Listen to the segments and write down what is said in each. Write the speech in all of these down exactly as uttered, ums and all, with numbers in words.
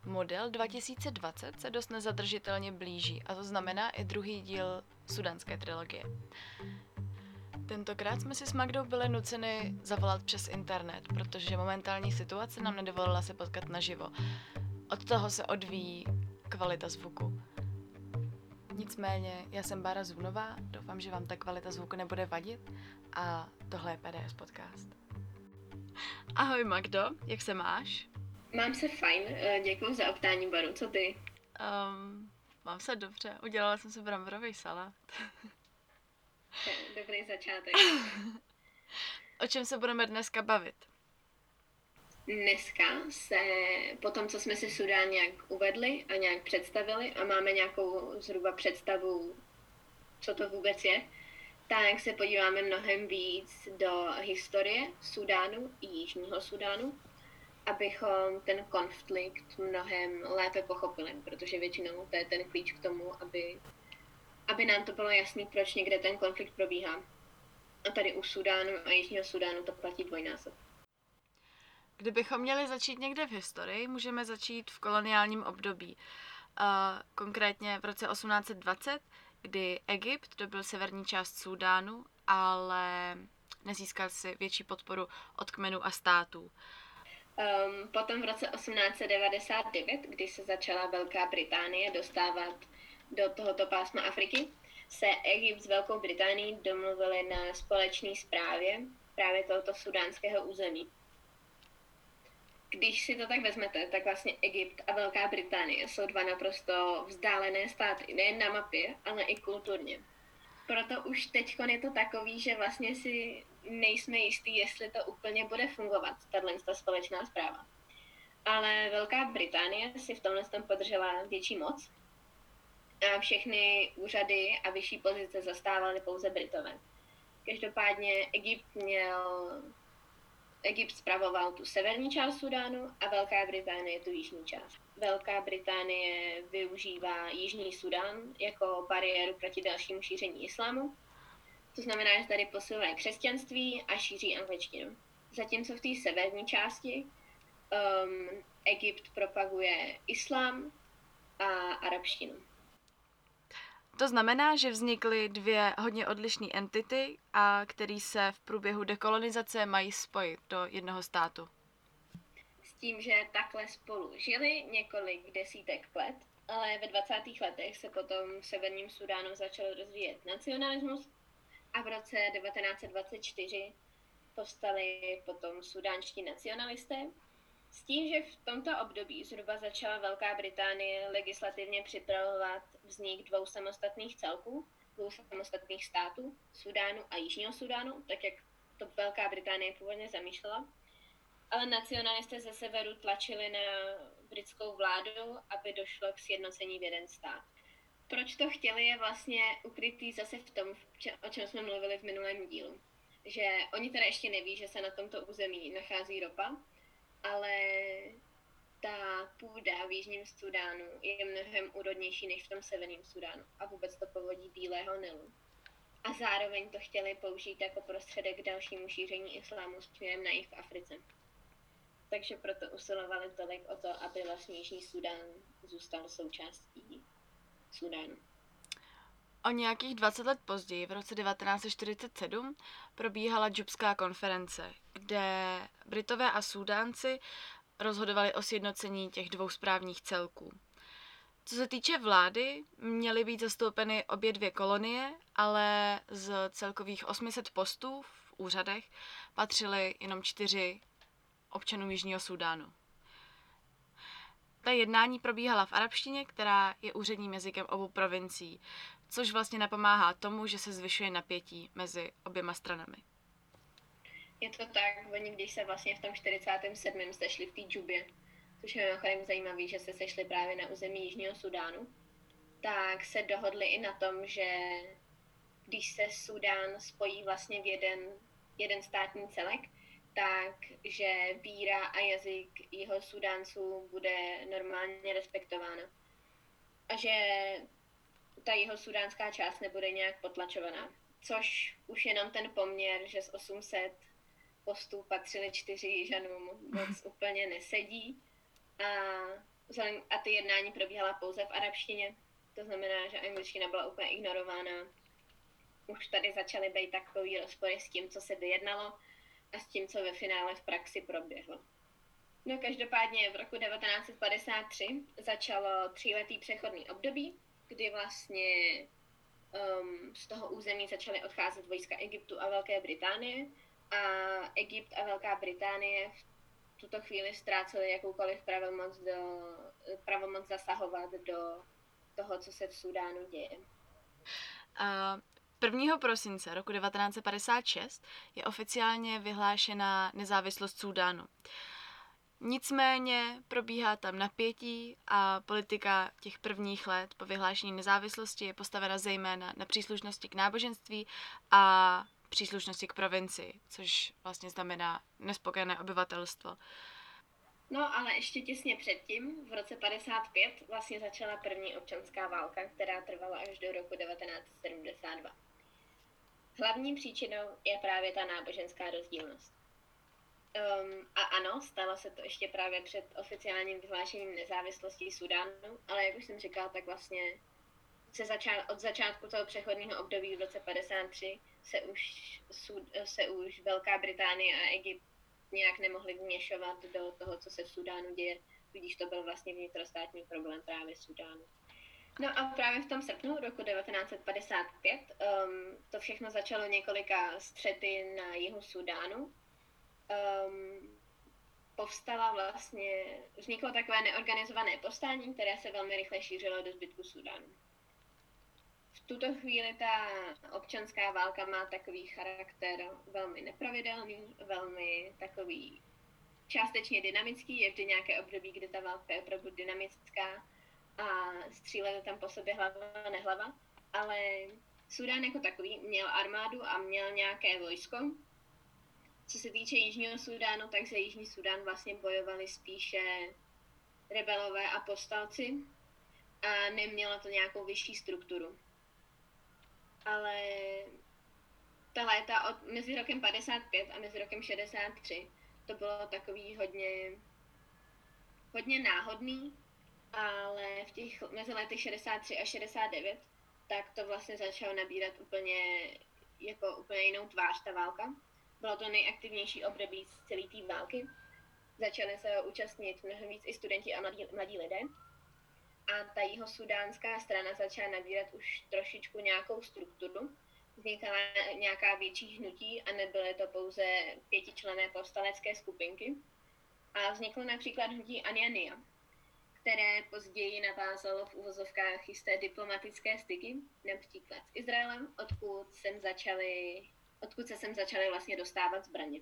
Model dva tisíce dvacet se dost nezadržitelně blíží a to znamená i druhý díl sudánské trilogie. Tentokrát jsme si s Magdou byli nuceni zavolat přes internet, protože momentální situace nám nedovolila se potkat naživo. Od toho se odvíjí kvalita zvuku. Nicméně, já jsem Bára Zůnová, doufám, že vám ta kvalita zvuku nebude vadit a tohle je P D S podcast. Ahoj Magdo, jak se máš? Mám se fajn, děkuji za optání, Baru, co ty? Um, mám se dobře, udělala jsem si bramborový salát. Dobrý začátek. O čem se budeme dneska bavit? Dneska se, po tom, co jsme si Sudán nějak uvedli a nějak představili a máme nějakou zhruba představu, co to vůbec je, tak se podíváme mnohem víc do historie Sudánu i Jižního Sudánu, abychom ten konflikt mnohem lépe pochopili, protože většinou to je ten klíč k tomu, aby, aby nám to bylo jasný, proč někde ten konflikt probíhá. A tady u Sudánu a Jižního Sudánu to platí dvojnásob. Kdybychom měli začít někde v historii, můžeme začít v koloniálním období. Uh, konkrétně v roce osmnáct set dvacet, kdy Egypt dobyl severní část Súdánu, ale nezískal si větší podporu od kmenů a států. Um, potom v roce osmnáct set devadesát devět, kdy se začala Velká Británie dostávat do tohoto pásma Afriky, se Egypt s Velkou Británií domluvili na společné správě právě tohoto sudánského území. Když si to tak vezmete, tak vlastně Egypt a Velká Británie jsou dva naprosto vzdálené státy, nejen na mapě, ale i kulturně. Proto už teď je to takový, že vlastně si nejsme jistí, jestli to úplně bude fungovat, tato společná správa. Ale Velká Británie si v tomhle tom podržela větší moc a všechny úřady a vyšší pozice zastávaly pouze Britové. Každopádně Egypt měl... Egypt spravoval tu severní část Sudánu a Velká Británie tu jižní část. Velká Británie využívá Jižní Sudán jako bariéru proti dalšímu šíření islámu. To znamená, že tady posiluje křesťanství a šíří angličtinu. Zatímco v té severní části um, Egypt propaguje islám a arabštinu. To znamená, že vznikly dvě hodně odlišné entity, a které se v průběhu dekolonizace mají spojit do jednoho státu. S tím, že takhle spolu žili několik desítek let, ale ve dvacátých letech se potom v severním Sudánu začal rozvíjet nacionalismus a v roce devatenáct set dvacet čtyři povstali potom sudánští nacionalisté. S tím, že v tomto období zhruba začala Velká Británie legislativně připravovat vznik dvou samostatných celků, dvou samostatných států, Sudánu a Jižního Sudánu, tak jak to Velká Británie původně zamýšlela. Ale nacionalisté ze severu tlačili na britskou vládu, aby došlo k sjednocení v jeden stát. Proč to chtěli, je vlastně ukrytý zase v tom, o čem jsme mluvili v minulém dílu. Že oni teda ještě neví, že se na tomto území nachází ropa, ale ta půda v Jižním Sudánu je mnohem úrodnější než v tom severním Sudánu a vůbec to povodí Bílého Nilu. A zároveň to chtěli použít jako prostředek k dalšímu šíření islámu směrem na jih v Africe. Takže proto usilovali tolik o to, aby vlastně Jižní Sudán zůstal součástí Sudánu. O nějakých dvacet let později, v roce devatenáct set čtyřicet sedm, probíhala Džubská konference, kde Britové a Súdánci rozhodovali o sjednocení těch dvou správních celků. Co se týče vlády, měly být zastoupeny obě dvě kolonie, ale z celkových osm set postů v úřadech patřily jenom čtyři občanům Jižního Sudánu. Ta jednání probíhala v arabštině, která je úředním jazykem obou provincií, což vlastně napomáhá tomu, že se zvyšuje napětí mezi oběma stranami. Je to tak, oni když se vlastně v tom čtyřicátém sedmém sešli v té Džubě, což je mimochodem zajímavý, že se sešli právě na území Jižního Sudánu, tak se dohodli i na tom, že když se Sudán spojí vlastně v jeden, jeden státní celek, tak že víra a jazyk jeho Sudánců bude normálně respektována. A že ta jeho sudánská část nebude nějak potlačovaná. Což už jenom ten poměr, že z osm set postů patřili čtyři Jižanům, moc úplně nesedí. A a ty jednání probíhala pouze v arabštině, to znamená, že angličtina byla úplně ignorována. Už tady začaly být takový rozpory s tím, co se vyjednalo a s tím, co ve finále v praxi proběhlo. No každopádně v roku devatenáct set padesát tři začalo tříletý přechodný období, kdy vlastně um, z toho území začaly odcházet vojska Egyptu a Velké Británie a Egypt a Velká Británie v tuto chvíli ztráceli jakoukoliv pravomoc, do, pravomoc zasahovat do toho, co se v Súdánu děje. Uh, prvního prosince roku devatenáct set padesát šest je oficiálně vyhlášena nezávislost Súdánu. Nicméně probíhá tam napětí a politika těch prvních let po vyhlášení nezávislosti je postavena zejména na příslušnosti k náboženství a příslušnosti k provincii, což vlastně znamená nespokojené obyvatelstvo. No ale ještě těsně předtím, v roce padesát pět, vlastně začala první občanská válka, která trvala až do roku devatenáct set sedmdesát dva. Hlavní příčinou je právě ta náboženská rozdílnost. Um, a ano, stalo se to ještě právě před oficiálním vyhlášením nezávislosti Súdánu, ale jak už jsem říkala, tak vlastně se začal, od začátku toho přechodného období v roce padesát tři se už, se už Velká Británie a Egypt nějak nemohli vměšovat do toho, co se v Súdánu děje, tudíž to byl vlastně vnitrostátní problém právě Súdánu. No a právě v tom srpnu roku devatenáct set padesát pět um, to všechno začalo několika střety na jihu Súdánu. Um, povstala vlastně, vzniklo takové neorganizované povstání, které se velmi rychle šířilo do zbytku Súdánu. V tuto chvíli ta občanská válka má takový charakter velmi nepravidelný, velmi takový částečně dynamický, je vždy nějaké období, kdy ta válka je opravdu dynamická a stříleli tam po sobě hlava a nehlava, ale Súdán jako takový měl armádu a měl nějaké vojsko. Co se týče Jižního Súdánu, tak za Jižní Súdán vlastně bojovali spíše rebelové a povstalci a nemělo to nějakou vyšší strukturu. Ale ta léta od, mezi rokem padesát pět a mezi rokem šedesát tři to bylo takový hodně, hodně náhodný, ale v těch mezi lety šedesát tři a šedesát devět tak to vlastně začalo nabírat úplně, jako úplně jinou tvář ta válka. Bylo to nejaktivnější období z celé té války. Začaly se účastnit mnohem víc i studenti a mladí, mladí lidé. A ta jihosudánská strana začala nabírat už trošičku nějakou strukturu. Vznikala nějaká větší hnutí a nebyly to pouze pětičlenné povstalecké skupinky. A vzniklo například hnutí Ania, které později navázalo v uvozovkách jisté diplomatické styky, například s Izraelem, odkud sem začaly odkud se sem začaly vlastně dostávat zbraně.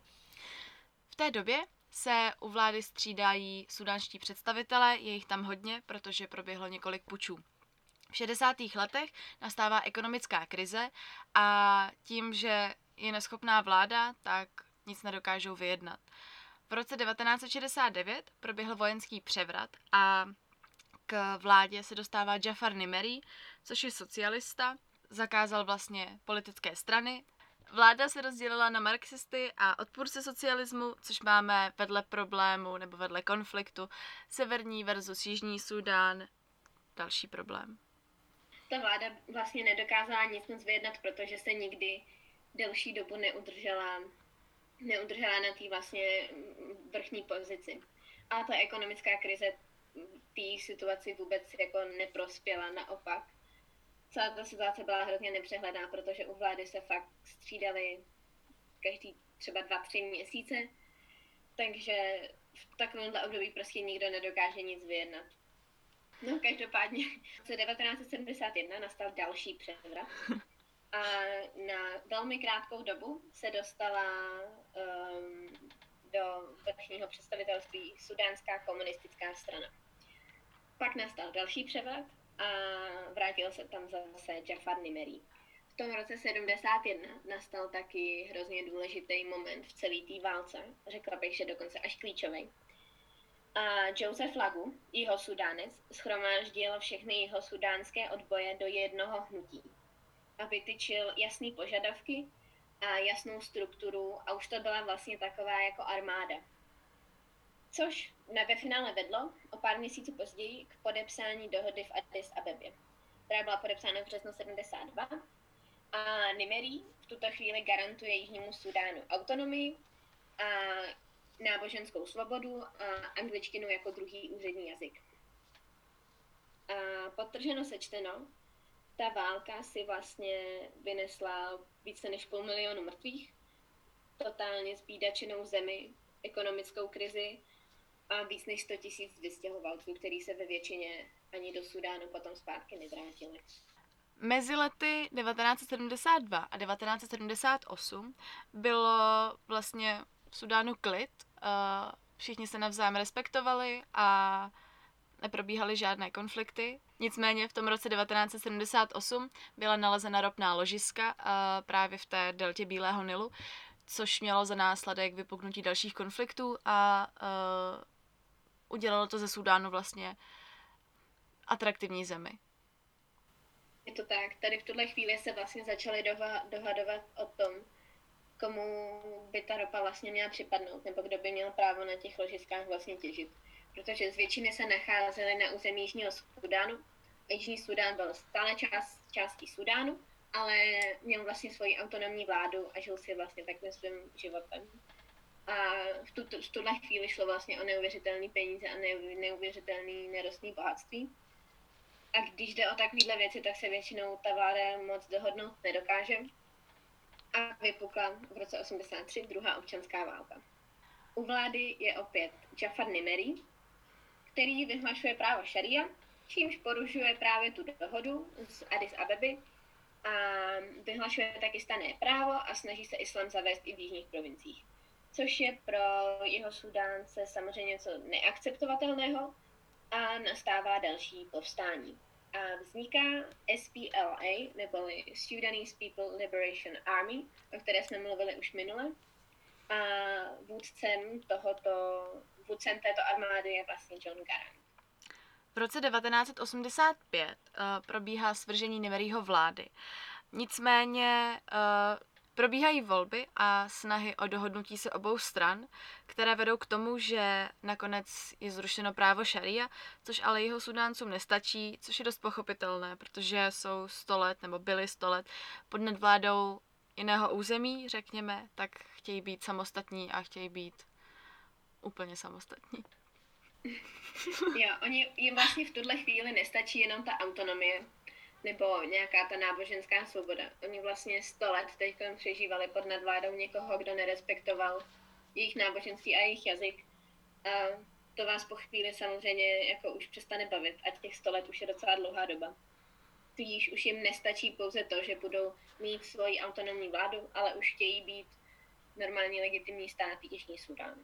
V té době se u vlády střídají sudánští představitelé, je jich tam hodně, protože proběhlo několik pučů. V šedesátých letech nastává ekonomická krize a tím, že je neschopná vláda, tak nic nedokážou vyjednat. V roce devatenáct set šedesát devět proběhl vojenský převrat a k vládě se dostává Jafar Nimeri, což je socialista, zakázal vlastně politické strany. Vláda se rozdělila na marxisty a odpůrce socialismu, což máme vedle problému nebo vedle konfliktu severní versus jižní Súdán. Další problém. Ta vláda vlastně nedokázala nic moc vyjednat, protože se nikdy delší dobu neudržela, neudržela na té vlastně vrchní pozici. A ta ekonomická krize té situaci vůbec jako neprospěla, naopak. Celá ta situace byla hrozně nepřehledná, protože u vlády se fakt střídali každý třeba dva, tři měsíce, takže v takovémhle období prostě nikdo nedokáže nic vyjednat. No každopádně v roce devatenáct set sedmdesát jedna nastal další převrat a na velmi krátkou dobu se dostala um, do vrchního představitelství Sudánská komunistická strana. Pak nastal další převrat a vrátil se tam zase Jafar Nimeri. V tom roce sedmdesát jedna nastal taky hrozně důležitý moment v celé té válce, řekla bych, že dokonce až klíčový. A Joseph Lagu, jihosudánec, shromáždil všechny jihosudánské odboje do jednoho hnutí a vytyčil jasné požadavky a jasnou strukturu a už to byla vlastně taková jako armáda. Což na ve finále vedlo o pár měsíců později k podepsání dohody v Addis Abebě, která byla podepsána v březnu sedmdesát dva. A Nimeri v tuto chvíli garantuje Jižnímu Súdánu autonomii a náboženskou svobodu a angličtinu jako druhý úřední jazyk. A podtrženo sečteno, ta válka si vlastně vynesla více než půl milionu mrtvých, totálně zbídačenou zemi, ekonomickou krizi a víc než sto tisíc vystěhovalců, který se ve většině ani do Súdánu potom zpátky nevrátili. Mezi lety devatenáct set sedmdesát dva a devatenáct set sedmdesát osm bylo vlastně v Súdánu klid, všichni se navzájem respektovali a neprobíhaly žádné konflikty. Nicméně v tom roce devatenáct set sedmdesát osm byla nalezena ropná ložiska právě v té deltě Bílého Nilu, což mělo za následek vypuknutí dalších konfliktů a uh, udělalo to ze Súdánu vlastně atraktivní zemi. Je to tak. Tady v tuhle chvíli se vlastně začali doha- dohadovat o tom, komu by ta ropa vlastně měla připadnout, nebo kdo by měl právo na těch ložiskách vlastně těžit. Protože z většiny se nacházely na území Jižního Súdánu. Jižní Súdán byl stále část, částí Súdánu, ale měl vlastně svoji autonomní vládu a žil si vlastně takovým svým životem. A v, tu, v tuhle chvíli šlo vlastně o neuvěřitelné peníze a neuvěřitelné nerostné bohatství. A když jde o takovéhle věci, tak se většinou ta vláda moc dohodnout nedokáže. A vypukla v roce osmdesát tři druhá občanská válka. U vlády je opět Jafar Nimeri, který vyhlašuje právo šaria, čímž porušuje právě tu dohodu z Addis Abeby a vyhlašuje taky stanné právo a snaží se islám zavést i v jižních provinciích. Což je pro jeho Súdánce samozřejmě něco neakceptovatelného a nastává další povstání. A vzniká S P L A, neboli Sudanese People Liberation Army, o které jsme mluvili už minule. A vůdcem tohoto, vůdcem této armády je vlastně John Garang. V roce devatenáct set osmdesát pět uh, probíhá svržení Nimeriho vlády. Nicméně uh, probíhají volby a snahy o dohodnutí se obou stran, které vedou k tomu, že nakonec je zrušeno právo šaria, což ale jeho Súdáncům nestačí, což je dost pochopitelné, protože jsou sto let nebo byli sto let pod nadvládou jiného území, řekněme, tak chtějí být samostatní a chtějí být úplně samostatní. Jo, oni jim vlastně v tuhle chvíli nestačí jenom ta autonomie nebo nějaká ta náboženská svoboda. Oni vlastně sto let teď přežívali pod nadvládou někoho, kdo nerespektoval jejich náboženství a jejich jazyk. A to vás po chvíli samozřejmě jako už přestane bavit, ať těch sto let už je docela dlouhá doba. Tudíž už jim nestačí pouze to, že budou mít svoji autonomní vládu, ale už chtějí být normální legitimní stát Jižní Súdán.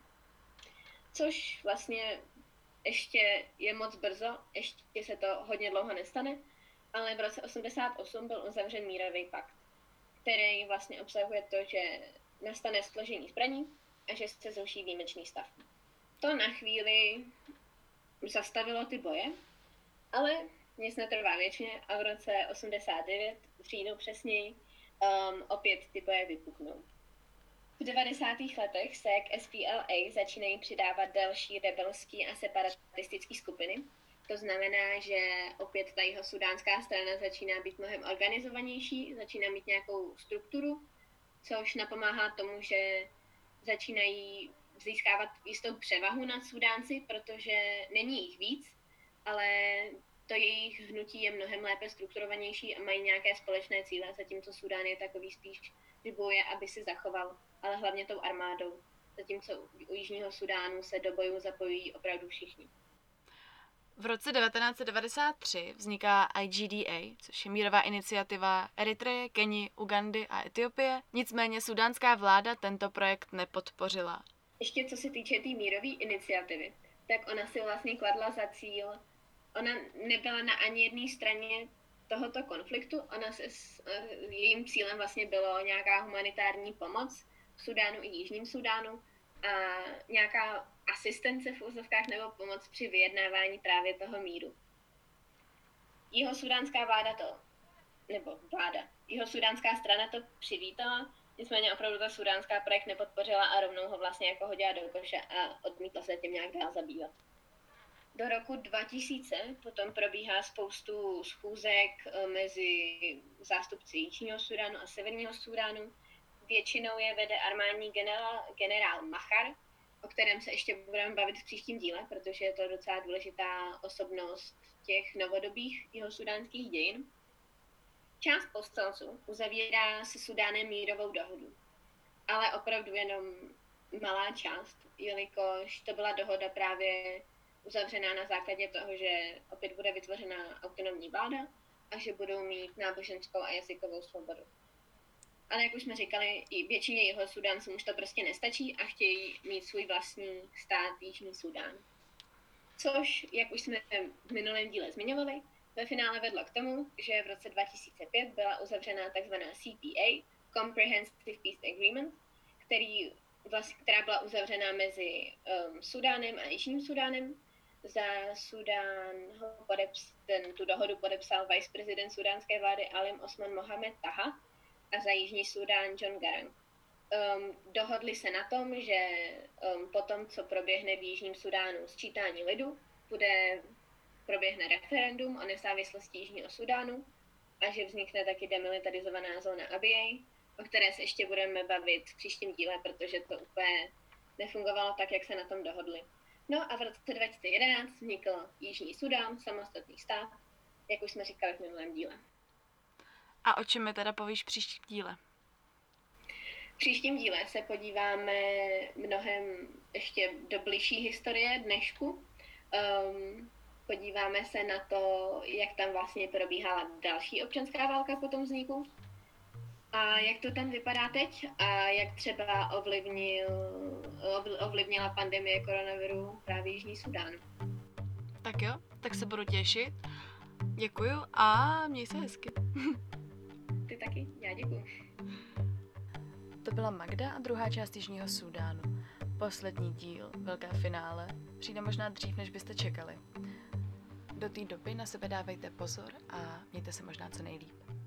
Což vlastně ještě je moc brzo, ještě se to hodně dlouho nestane, ale v roce osmdesát osm byl uzavřen mírový pakt, který vlastně obsahuje to, že nastane složení zbraní a že se zruší výjimečný stav. To na chvíli zastavilo ty boje, ale nic netrvá věčně a v roce osmdesát devět, v říjnu přesněji, um, opět ty boje vypuknou. V devadesátých letech se k S P L A začínají přidávat další rebelské a separatistické skupiny. To znamená, že opět ta jeho sudánská strana začíná být mnohem organizovanější, začíná mít nějakou strukturu, což napomáhá tomu, že začínají získávat jistou převahu nad Súdánci, protože není jich víc, ale to jejich hnutí je mnohem lépe strukturovanější a mají nějaké společné cíle, zatímco Súdán je takový spíš, že bojuje, aby si zachoval, ale hlavně tou armádou. Zatímco u Jižního Súdánu se do bojů zapojují opravdu všichni. V roce devatenáct set devadesát tři vzniká I G D A, což je mírová iniciativa Eritreje, Keni, Ugandy a Etiopie. Nicméně sudánská vláda tento projekt nepodpořila. Ještě co se týče té tý mírové iniciativy, tak ona si vlastně kladla za cíl, ona nebyla na ani jedné straně tohoto konfliktu, ona se, jejím cílem vlastně bylo nějaká humanitární pomoc v Súdánu i Jižním Súdánu a nějaká asistence v úzovkách nebo pomoc při vyjednávání právě toho míru. Jeho sudánská vláda to, nebo vláda, jeho sudánská strana to přivítala Nicméně opravdu ta sudánská projekt nepodpořila a rovnou ho vlastně jako hodila do koše a odmítla se tím nějak dál zabývat. Do roku dva tisíce potom probíhá spoustu schůzek mezi zástupci Jižního Sudánu a Severního Sudánu. Většinou je vede armádní generál, generál Machar, o kterém se ještě budeme bavit v příštím díle, protože je to docela důležitá osobnost těch novodobých jihosudánských dějin. Část povstalců uzavírá se Sudánem mírovou dohodu, ale opravdu jenom malá část, jelikož to byla dohoda právě uzavřená na základě toho, že opět bude vytvořena autonomní vláda a že budou mít náboženskou a jazykovou svobodu. Ale jak už jsme říkali, i většině jeho Sudánců už to prostě nestačí a chtějí mít svůj vlastní stát Jižní Sudán. Což, jak už jsme v minulém díle zmiňovali, ve finále vedlo k tomu, že v roce dva tisíce pět byla uzavřena tzv. C P A, Comprehensive Peace Agreement, který, vlastně, která byla uzavřena mezi um, Sudánem a Jižním Sudánem. Za Sudán podeps, ten, tu dohodu podepsal viceprezident sudánské vlády Alim Osman Mohamed Taha a za Jižní Sudán John Garang. Um, dohodli se na tom, že um, potom, co proběhne v Jižním Sudánu sčítání lidu, bude, proběhne referendum o nezávislosti Jižního Sudánu a že vznikne taky demilitarizovaná zóna Abyei, o které se ještě budeme bavit v příštím díle, protože to úplně nefungovalo tak, jak se na tom dohodli. No a v roce dva tisíce jedenáct vznikl Jižní Sudán, samostatný stát, jak už jsme říkali v minulém díle. A o čem mi teda povíš v příštím díle? V příštím díle se podíváme mnohem ještě do bližší historie dnešku. Um, podíváme se na to, jak tam vlastně probíhala další občanská válka po tom vzniku a jak to tam vypadá teď a jak třeba ovlivnil, ovlivnila pandemie koronaviru právě Jižní Sudán. Tak jo, tak se budu těšit. Děkuju a měj se hezky. Ty taky, já děkuju. To byla Magda a druhá část Jižního Súdánu. Poslední díl, velké finále, přijde možná dřív, než byste čekali. Do té doby na sebe dávejte pozor a mějte se možná co nejlíp.